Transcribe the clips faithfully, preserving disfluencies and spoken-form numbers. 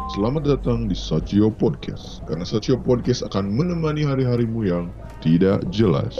Selamat datang di Sachio Podcast, karena Sachio Podcast akan menemani hari-harimu yang tidak jelas.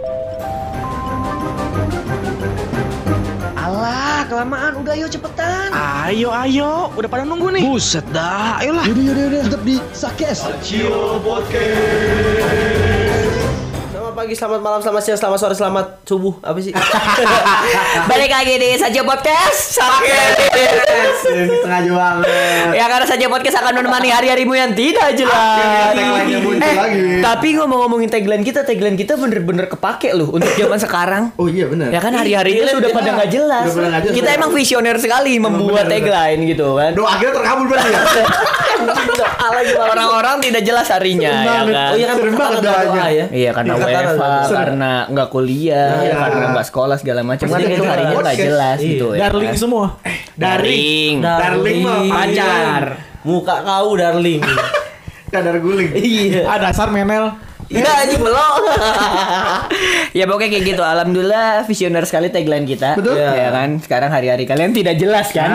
Alah, kelamaan. Udah, ayo cepetan. Ayo, ayo. Udah pada nunggu nih. Buset dah, ayolah. Yaudah, yaudah, yaudah. Tetap di Sakes. Sachio Podcast. Selamat pagi, selamat malam, selamat siang, selamat sore, selamat subuh. Apa sih? Balik lagi di Sachio Podcast. Sakes. Setengah juang. Ya, karena Sachio Podcast akan menemani hari-harimu yang tidak jelas. Tagline-nya muncul Eh, lagi. tapi ngomong-ngomongin tagline kita, tagline kita bener-bener kepake loh untuk zaman sekarang. Oh iya benar. Ya kan hari-harinya sudah pada nggak jelas. Udah pada nggak jelas. Kita emang visioner sekali membuat bener, tagline gitu kan. Doa kita terkabul berarti ya. Orang-orang tidak jelas harinya ya Serem kan. banget. Oh iya kan, serem banget doanya. Ya? Iya karena Iya, W karena- F H, serem. karena nggak kuliah, Iya. karena nggak sekolah segala macam. Kan Pasti itu kita harinya nggak podcast. jelas Iya. gitu ya. Darling kan? semua. Darling. Darling mah Pacar. Muka kau darling. Kadar guling. Iya. Ah, dasar menel. Iya anjing belum. Ya pokoknya kayak gitu. Alhamdulillah visioner sekali tagline kita. Betul. Ya kan. Sekarang hari-hari kalian tidak jelas kan.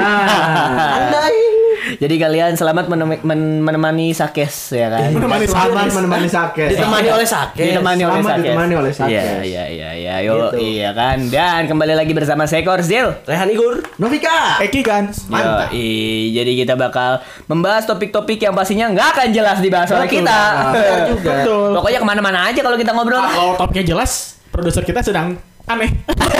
Jadi kalian selamat menem- men- menemani Sakes ya kan. Menemani Selamat Sakes. menemani Sakes. Ditemani oleh Sakes. Ditemani oleh Selamat Sakes. ditemani oleh Sakes. Iya iya iya iya. Yo Gitu. iya kan. Dan kembali lagi bersama Sekor Zil. Rehan Igur. Novika. Eki kan. Mantap. Yo, i, jadi kita bakal membahas topik-topik yang pastinya nggak akan jelas dibahas oleh Betul. kita. Benar juga. Betul. Pokoknya kemana-mana aja kalau kita ngobrol. lah. Kalau topiknya jelas, produser kita sedang aneh.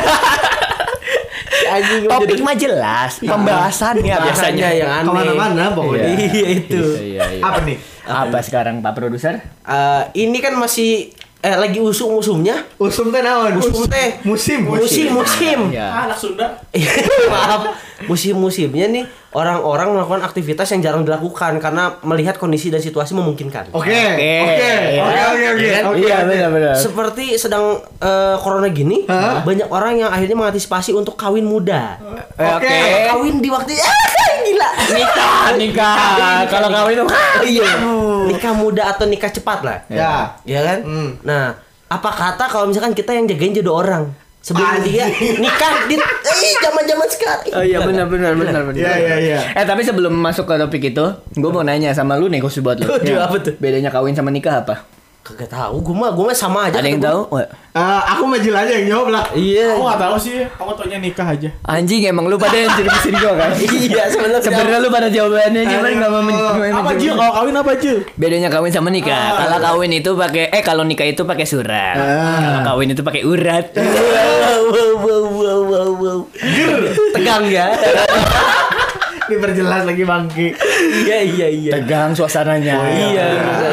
Anjing Topik mah jelas, pembahasannya biasanya. yang aneh. Kemana-mana pokoknya. Iya itu. Iya, iya. Apa nih? Apa sekarang Pak Produser? Eh, ini kan masih eh lagi usum-usumnya. Usum teh naon? Usum teh. Musim. Musim, musim. Ya. Ah, anak Sunda. Maaf. Musim-musimnya nih orang-orang melakukan aktivitas yang jarang dilakukan karena melihat kondisi dan situasi memungkinkan. Oke. Oke. Oke. Iya. Oke, oke, oke. Iya kan? Oke, Iya oke. benar-benar. Seperti sedang eh, corona gini, Hah? banyak orang yang akhirnya mengantisipasi untuk kawin muda. Oke. Kawin di waktu ah, gila. Nikah, nikah. Kalau kawin itu Iya. Nikah muda atau nikah cepat lah. Ya. Iya kan? Hmm. Nah, apa kata kalau misalkan kita yang jagain jodoh orang sebelum Anjing. dia nikah di eh zaman-zaman sekarang. Oh iya benar-benar benar-benar. Iya, iya, iya. Eh tapi sebelum masuk ke topik itu, gue mau nanya sama lu nih khusus buat lu. Waduh, apa tuh? Bedanya kawin sama nikah apa? Kagak tahu, gua mah gua mah sama aja. Ada yang kata tahu? gua. Wah. Eh, aku Majil aja yang jawab lah. Iya. Aku nggak tahu sih. Aku taunya nikah aja. Anjing emang lu pada yang jerisin gue kan? Iya, sebenarnya Sebenarnya lu pada jawabannya cuman Aduh. enggak mau men- Apa menjawab. Jil? Kalau kawin apa Jil? Bedanya kawin sama nikah. Kalau kawin itu pakai eh kalau nikah itu pakai surat. Ah. Kalau kawin itu pakai urat. Wow, wow, wow, wow, wow, wow. Tegang ya. Diperjelas lagi Bangki. Iya, iya, iya. Tegang suasananya. Iya.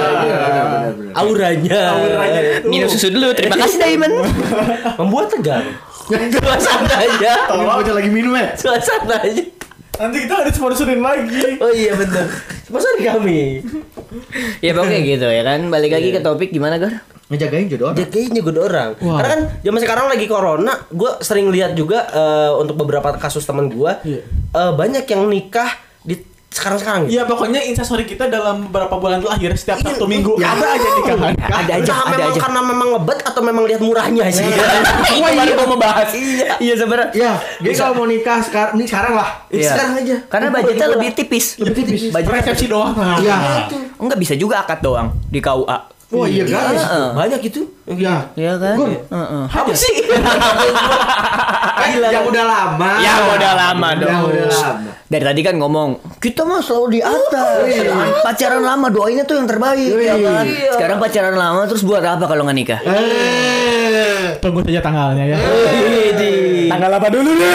Auranya. Minum susu dulu. Terima kasih Diamond. Membuat tegang. Suasananya. Ini bocah lagi minum ya? Suasananya. Nanti kita ada sponsorin lagi. Oh iya benar. Sponsor kami. Ya pokoknya gitu ya kan. Balik lagi ke topik gimana Gar? Ngejagain jodoh orang. Jagainnya gue orang. Karena kan zaman sekarang lagi corona, gue sering lihat juga eh, untuk beberapa kasus teman gue, Iya. eh, banyak yang nikah di sekarang-sekarang. Gitu. Iya, pokoknya instastory kita dalam beberapa bulan terakhir setiap Sabtu Minggu Ya. ada aja nikahan. Ada aja, Entah ada memang aja. karena memang ngebet atau memang lihat murahnya sih. Wah iya mau membahas. Iya. Iya sebenarnya. Ya, jadi kalau mau nikah sekarang, ini sekarang lah. Iya. Sekarang aja. Karena budgetnya lebih tipis. Lebih tipis. Budgetnya Resepsi doang. Nah. Ya. enggak bisa juga akad doang di K U A. Oh iya guys. Heeh. Banyak itu. Ya. Iya kan? Gun. Heeh. Apa sih? Kan yang udah lama. Yang udah lama dong. Yang udah lama. Dari tadi kan ngomong kita mah selalu di atas. Pacaran lama doainnya tuh yang terbaik. Ya kan? Sekarang pacaran lama terus buat apa kalau nggak nikah? Eh. Tunggu saja tanggalnya ya. Tanggal apa dulu nih?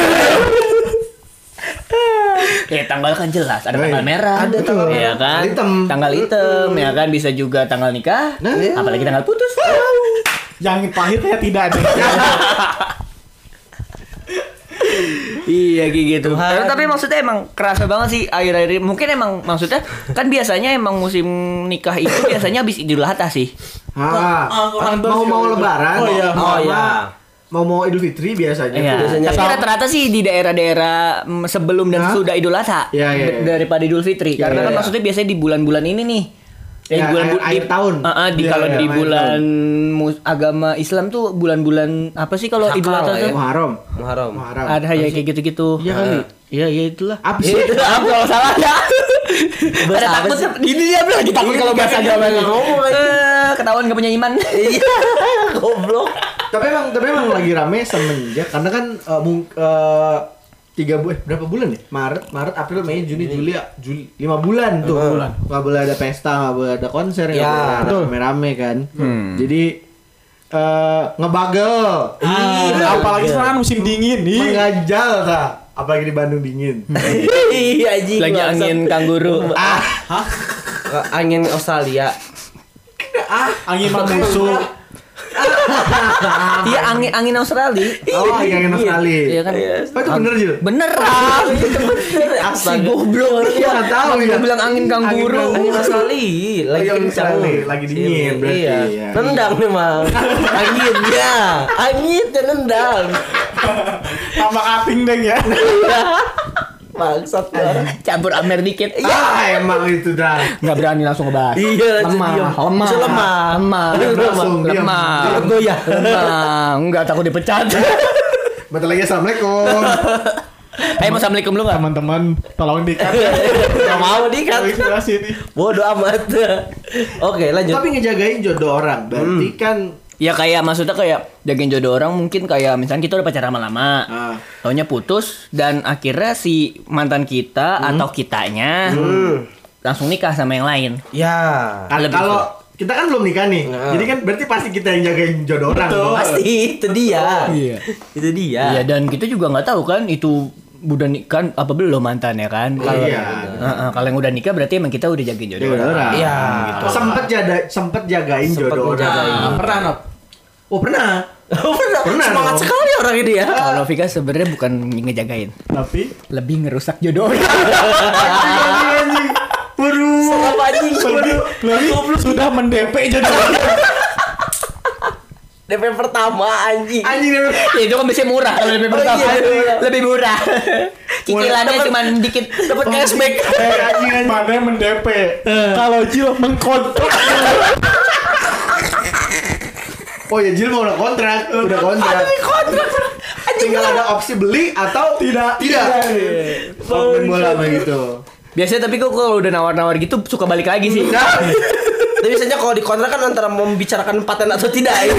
Ya tanggal kan jelas, ada tanggal merah, Ada tuh. ya kan? Tanggal hitam. Tanggal hitam, ya kan? Bisa juga tanggal nikah, Nah. apalagi tanggal putus. Yang pahitnya tidak ada. Iya kayak gitu. Tuhan. Tapi, tapi maksudnya emang kerasa banget sih akhir-akhir ini. Mungkin emang maksudnya kan biasanya emang musim nikah itu biasanya habis Idul Adha sih. Ah, orang mau mau tua- lebaran. Oh iya. Oh iya. Mau mau Idul Fitri biasanya. Iya. biasanya. Tapi rata-rata sih di daerah-daerah mm, sebelum dan Hah? sudah Idul Adha Iya, iya, d- iya. daripada Idul Fitri. Iya, Karena iya, kan iya. maksudnya biasanya di bulan-bulan ini nih. Ya, Ya, bulan akhir- bu- akhir tahun. Ah, ah, di Iya, kalau iya, di akhir bulan mus- agama Islam tuh bulan-bulan apa sih kalau Sakral Idul Adha ya. tuh? Muharram. Muharram. Muharram. Ada ya kayak gitu-gitu. Iya kali. Iya, iya itulah. Apa sih? Apa kalau salah ya? Bahasa Pada apa takut sih? ini dia bilang lagi takut Iya, kalau bahasa iya, Jawa iya, ngomong lagi. Eh, ketahuan gak punya iman. Iya, goblok. Tapi emang tapi emang lagi rame semenjak karena kan uh, mung- uh, tiga bulan berapa bulan ya? Maret, Maret, April, Mei, Juni, Juli, Juli lima bulan tuh. bulan. Nggak boleh ada pesta, nggak boleh ada konser, nggak Ya, boleh ada betul. rame-rame kan. Jadi uh, ngebagel, Iya, apalagi sekarang musim dingin nih. mengajal ta. Apalagi di Bandung dingin. Iya, anjing. Lagi bangsat. angin kangguru. ah, Eh, angin Australia. Angin musuh. Iya angin angin Australia. oh yang enak sekali. Iya kan? Oh itu bener Jul? Beneran. Si goblok. Iya nggak tahu ya. Dia bilang angin kangguru. Angin Australia lagi Angin kencang. Australia, lagi dingin berarti, Iya. ya. Nendang memang. Anginnya, anginnya nendang. Tambah ating deng ya. Bangsat orang. Campur Amer dikit. Ah emang itu dah. Nggak berani langsung ngebahas. Iya, langsung lemah, diam. lemah, Bisa lemah. lemah, Langsung diam. lemah, Diam. Goyah. lemah, nggak takut dipecat. Bentar lagi assalamualaikum. Eh, mau assalamualaikum lu nggak? Teman-teman, tolong dikat. Gak mau dikat. Inspirasi nih. Bodoh amat. Oke, lanjut. Tapi ngejagain jodoh orang berarti kan Ya kayak maksudnya kayak jagain jodoh orang mungkin kayak misalnya kita udah pacaran lama-lama, Ah. taunya putus dan akhirnya si mantan kita atau kitanya langsung nikah sama yang lain. Ya. Kan Lebih kalau kita kan belum nikah nih. Nah. Jadi kan berarti pasti kita yang jagain jodoh orang. dong. Pasti itu dia. Iya. Itu dia. Iya dan kita juga nggak tahu kan itu udah nikah apa belum mantannya kan. Kalau Iya. Heeh, kalau yang udah nikah berarti emang kita udah jagain jodoh Jodoh orang. orang. Iya. Gitu. Sempet jada, sempet jagain Sempet jodoh orang. ngejagain. Ah, pernah Nop? Oh pernah. Oh, pernah. Pernah Semangat dong. sekali orang ini ya. Kalau Vika sebenarnya bukan ngejagain, Tapi lebih ngerusak jodoh. Waduh. Serem anjing. lebih, lebih sudah mendep jodoh. D P pertama anjing. Anjing deh. Ya, itu kan biasanya murah kalau lebih Oh, pertama. iya, iya. Lebih murah. Cicilannya Dapat- cuma dikit. Dapat cashback. Eh, anjing anjing. Mana yang mendep? Kalau Jil mengkontrak. Oh ya Jil mau udah kontrak, udah kontrak. Kontrak. Tinggal ada opsi beli atau Tidak. Tidak. Oh, main bola apa gitu. Biasanya tapi kok kalau udah nawar-nawar gitu suka balik lagi sih. Nah, Tapi biasanya kalau di kontrak kan antara membicarakan paten atau tidak ya.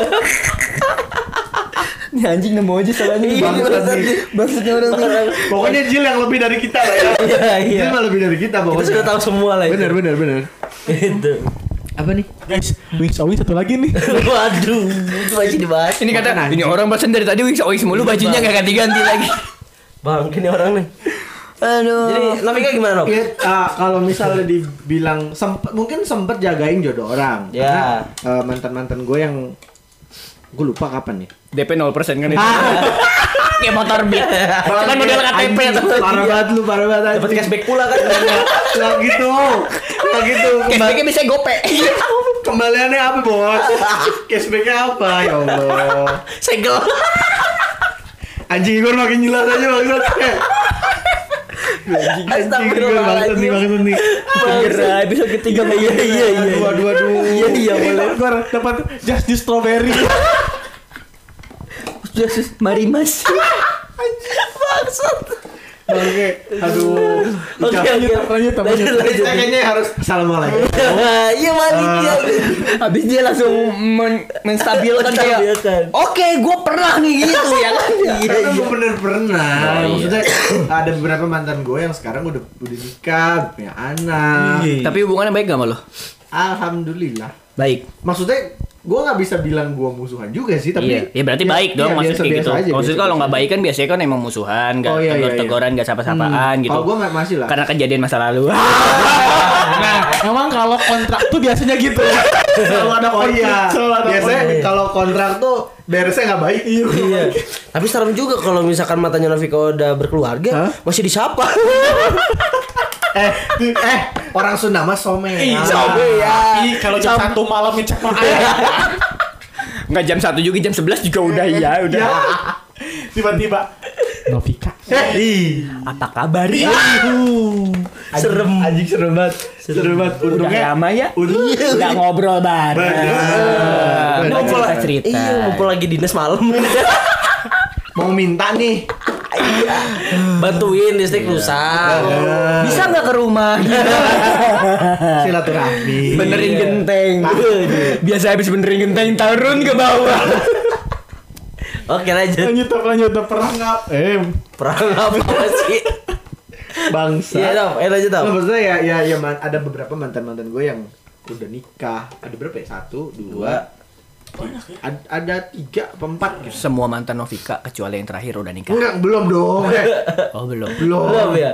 Ini anjing nemu aja salahnya. Iya, Bangsat bangsat nih. nih. Bangsatnya orang tuh. pokoknya Jil yang lebih dari kita lah ya. Iya, iya. Jil mah lebih dari kita Kita pokoknya. sudah tahu semua lah itu. Bener bener bener. Itu. Apa nih? Guys, wings awing satu lagi nih. Waduh, itu masih dibahas. Ini kata ini orang bahasan dari tadi wings wings mulu bajunya enggak ganti-ganti lagi. Bang, ini orang nih. Aduh. Jadi, Nafika gimana, Nok? Ya, ah, kalau misalnya dibilang sempet, mungkin sempet jagain jodoh orang. Ya. Karena, eh, mantan-mantan gue yang gue lupa kapan ya. D P nol persen kan itu. Kayak motor beat. Kan model K T P Anjing, tuh. parah banget lu, parah banget. Dapat cashback pula kan? Nggak gitu, nggak gitu. Kembali, Cashbacknya bisa gope. kembaliannya apa bos? Cashbacknya apa ya Allah? Segel. Anjing gue makin jelas aja maksud. Anjing, anjing gue maksud nih maksud nih. Segera episode ketiga Mei. Iya, iya, iya. Aduh, aduh, aduh. Iya, iya, boleh. Gue dapat just di strawberry. Yesus, mari Mas. Bangsat. Oke, aduh. Oke, oke. lanjut, lanjut, Lanjut, lanjut. Kita kayaknya harus assalamualaikum. Iya, balik dia. Habis dia langsung men menstabilkan kayak Menstabilkan. oke, gue pernah nih gitu ya kan. Iya, Karena iya. gue bener pernah. Oh, iya. Maksudnya ada beberapa mantan gue yang sekarang udah udah nikah, punya anak. Iya. Tapi hubungannya baik gak sama lo? Alhamdulillah. Baik. Maksudnya gue nggak bisa bilang gue musuhan juga sih, tapi Iya, ya berarti baik dong maksudnya kayak gitu. biasa-biasa aja, Maksudnya kalau biasa-biasa nggak baik kan biasanya kan emang musuhan, nggak Oh, iya, iya, iya. tegur-teguran, nggak sapa-sapaan gitu. Kalau gue masih lah. Karena kejadian masa lalu. Nah, emang kalau kontrak tuh biasanya gitu. Selalu ada Oh konflik. iya, Selalu ada biasanya konflik. kalau kontrak tuh beresnya nggak baik. Iya. Tapi serem juga kalau misalkan matanya Nafika udah berkeluarga, Hah? masih disapa. eh, eh, orang Sunda mah some. Ih, Ah. some ya. Ih, kalau jam satu malam ngecek mah Nggak jam satu juga jam sebelas juga udah ya udah. Ya. tiba-tiba Novika. Ih, Apa kabar? Serem. anjing serem banget. Serem banget. Udah Untungnya lama ya? Untungnya Udah ngobrol bareng. Bener. Udah Mumpul- cerita-cerita. Iya, mumpul lagi dinas malam. mau minta nih. Bantuin listrik rusak. Bisa nggak ke rumah? Silaturahmi. Benerin genteng. Biasa habis benerin genteng turun ke bawah. Oke lanjut. Lanjut apa lanjut apa perang ngap. Eh, Perang apa sih? Bangsa. Iya dong, eh lanjut dong. Nah, maksudnya ya ya ya man, ada beberapa mantan-mantan gue yang udah nikah. Ada berapa ya? Satu, dua, Ad- ada tiga apa empat gitu. Semua mantan Novika kecuali yang terakhir udah nikah. Enggak, belum dong. Oh belum. belum. Belum ya?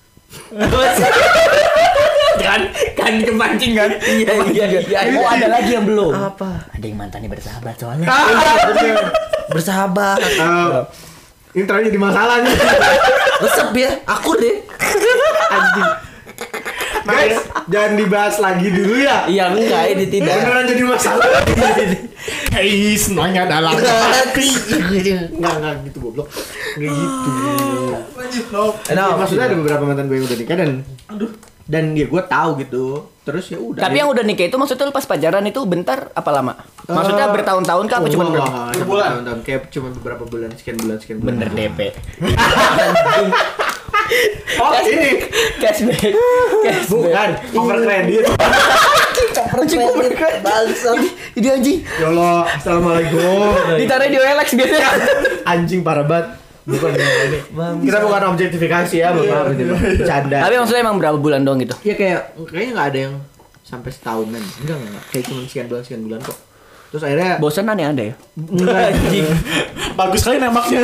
Kan kan kepancing kan? Iya iya iya. Oh ada lagi yang belum. Apa? Ada yang mantannya bersahabat soalnya. Bersahabat. Eh, ini ternyata jadi masalah nih. Resep ya, akur deh. Anjing. Guys, jangan dibahas lagi dulu ya. Iya enggak, ini tidak. Beneran jadi masalah. guys, nanya dalam. Enggak, enggak gitu goblok. Enggak gitu. Lanjut, Nop. Ya, maksudnya ada beberapa mantan gue yang udah nikah dan dan ya gue tahu gitu. Terus ya udah. Tapi yang udah nikah itu maksudnya lu pas pacaran itu bentar apa lama? Maksudnya Eh, bertahun-tahun kah apa oh, cuma enggak, berapa? enggak, enggak, Berbulan? bertahun-tahun. Kayak cuma beberapa bulan, sekian bulan, sekian bulan. Bener D P. Oh, ini Cashback. bukan over kredit. Anjing Bangsa. Ini anjing. Ya Allah, assalamualaikum. Ditaruh di O L X biasanya. Anjing parah banget. Bukan ya, ini. Kita bukan objektifikasi ya, Bapak. Bercanda. Tapi maksudnya emang berapa bulan doang gitu? Ya kayak kayaknya nggak ada yang sampai setahunan. Enggak, enggak, enggak. Kayak cuma sekian bulan, sekian bulan kok. Terus akhirnya Bosan aneh ada ya? enggak anjing. Bagus sekali nembaknya.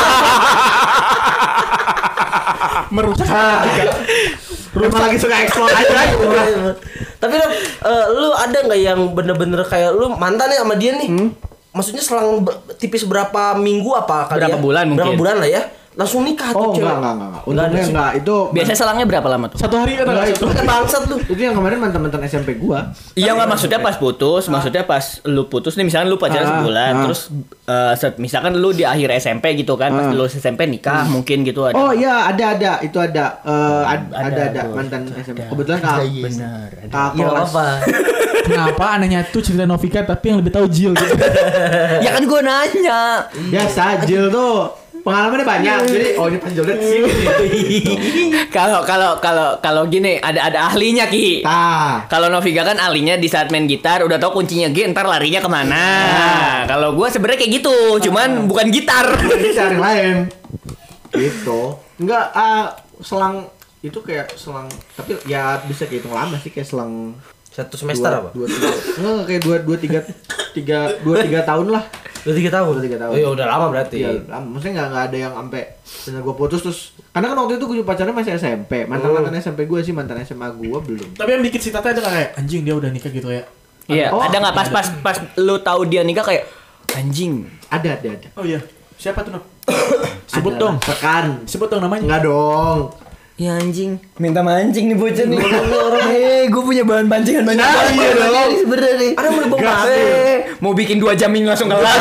Merusak. Emang lagi suka eksplor aja. Tapi Rob, eh, lu ada nggak yang bener-bener kayak lu mantan ya sama dia nih? Maksudnya selang be- tipis berapa minggu apa kali Berapa ya? bulan Berapa mungkin? bulan lah ya? Langsung nikah Oh, tuh cewek. enggak, enggak, enggak. Nggak Untungnya ada sih. enggak. Itu Biasanya selangnya berapa lama tuh? Satu hari kan Enggak, ada itu satu. Kan bangsat lu. itu yang kemarin mantan-mantan S M P gua. Iya nggak maksudnya pas putus, maksudnya pas lu putus nih misalkan lu pacaran Ah, sebulan, ah. terus eh, set- misalkan lu di akhir S M P gitu kan, pas Ah. lulus S M P nikah mungkin gitu ada. Oh iya, ada ada, itu ada. Eh, ad- Ada, ada ada bos. mantan S M P. Kebetulan kak. Bener. Kak Iya kelas. apa? Kenapa anehnya tuh cerita Novika tapi yang lebih tahu Jill gitu. Ya kan gue nanya. Biasa Jill tuh pengalamannya banyak. Jadi oh ini panjolnya di sini. Kalau kalau kalau kalau gini ada ada ahlinya Ki. Nah, Kalau Novika kan ahlinya di saat main gitar udah tahu kuncinya G ntar larinya kemana. Kalau gue sebenarnya kayak gitu, cuman bukan gitar. ini cari yang lain. Gitu. Enggak ah selang itu kayak selang tapi ya bisa kehitung lama sih kayak selang Satu semester dua, apa? Dua, tiga, enggak kayak dua, dua, tiga, tiga, dua, tiga tahun lah. Udah tiga tahun. Udah tiga tahun. Oh ya udah lama berarti. Iya, lama. Maksudnya nggak nggak ada yang sampai bener gue putus terus. Karena kan waktu itu gue pacarnya masih S M P. Mantan mantan S M P gue sih, mantan S M A gue belum. Tapi yang bikin si Tata ada nggak kayak anjing dia udah nikah gitu ya? Iya, Oh, ada nggak pas pas pas lu tahu dia nikah kayak anjing. Ada ada ada. Oh iya. Siapa tuh, Nop? Sebut Ada. dong. Tekan. Sebut dong namanya. Enggak dong. Ya anjing, minta mancing nih bocah nih. Eh, gue punya bahan pancingan banyak Nah, banget. iya dong. Sebenernya nih. Ada mau Gas, bongkar. Eh, mau bikin dua jam ini langsung kelar.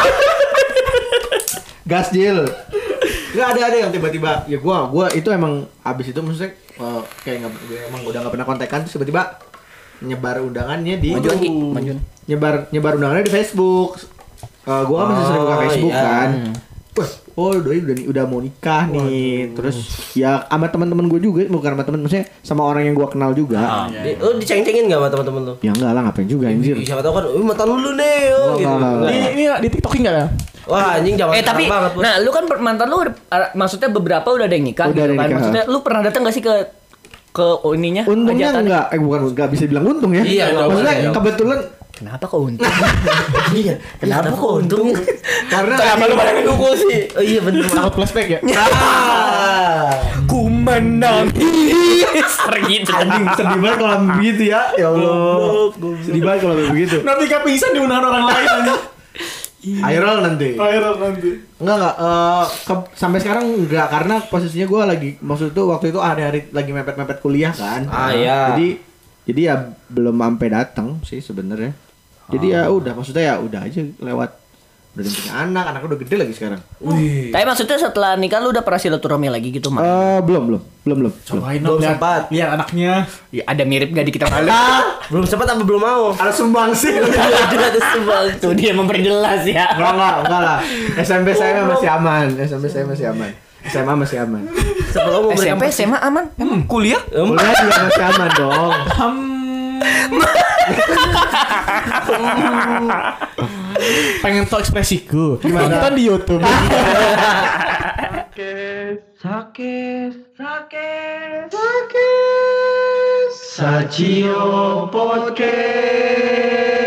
Gas Jill. Enggak ada ada yang tiba-tiba ya gue gue itu emang abis itu maksudnya eh, kayak nggak gue emang udah nggak pernah kontekan terus tiba-tiba nyebar undangannya di Majuan, Ki, majuan. nyebar nyebar undangannya di Facebook. Eh gue kan masih sering buka Oh, Facebook iya. kan. Wah, oh doi udah udah mau nikah nih. Terus ya sama teman-teman gue juga, bukan sama teman maksudnya sama orang yang gue kenal juga. Di- Lu diceng-cengin gak sama teman-teman lu? Ya enggak lah, ngapain juga anjir. Ih, siapa tahu kan, "Wih, mantan lu nih." Oh, gitu. Enggak, enggak, Di ini di TikTokin enggak ya? Wah, anjing zaman Eh tapi, sekarang banget, Bos. nah lu kan per- mantan lu uh, maksudnya beberapa udah ada yang nikah Udah gitu ada yang kan. nikah. Maksudnya lu pernah datang gak sih ke ke oh, ininya? Untungnya hajatan? enggak, eh bukan enggak bisa bilang untung ya. Iya, enggak maksudnya boleh. kebetulan Kenapa kok untung? Iya, kenapa kok untung? karena Kenapa lu pada ngedukung sih? Oh iya bener. Takut flashback ya? Ah. Ku menangis. Gitu. anjing sedih banget kalau begitu ya. Ya Allah. Sedih banget kalau begitu. Novika pingsan di undangan orang lain anjing. Viral nanti. Viral nanti. Enggak enggak eh, ke- sampai sekarang enggak karena posisinya gue lagi maksud itu waktu itu hari-hari lagi mepet-mepet kuliah kan. Ah, iya. Jadi jadi ya belum sampai datang sih sebenarnya. Jadi ya udah maksudnya ya udah aja lewat udah dia punya anak, anaknya udah gede lagi sekarang. Wih. Tapi maksudnya setelah nikah lu udah pernah silaturahmi lagi gitu, Mak? Eh belum belum belum belum. Cobain Belum Nop lihat. sempat. Lihat anaknya. Ya, ada mirip gak di kita malu? Belum sempat apa belum mau? Ada sumbang sih. Ada sebang. Tuh dia memperjelas ya. Enggak enggak enggak lah. S M P saya masih aman, S M P saya masih aman. S M A masih aman. Sebelum S M memberikan P, S M A aman. Emang kuliah? Kuliah juga masih aman dong. Pengen tau ekspresiku. Nonton di YouTube. Sajio Podcast.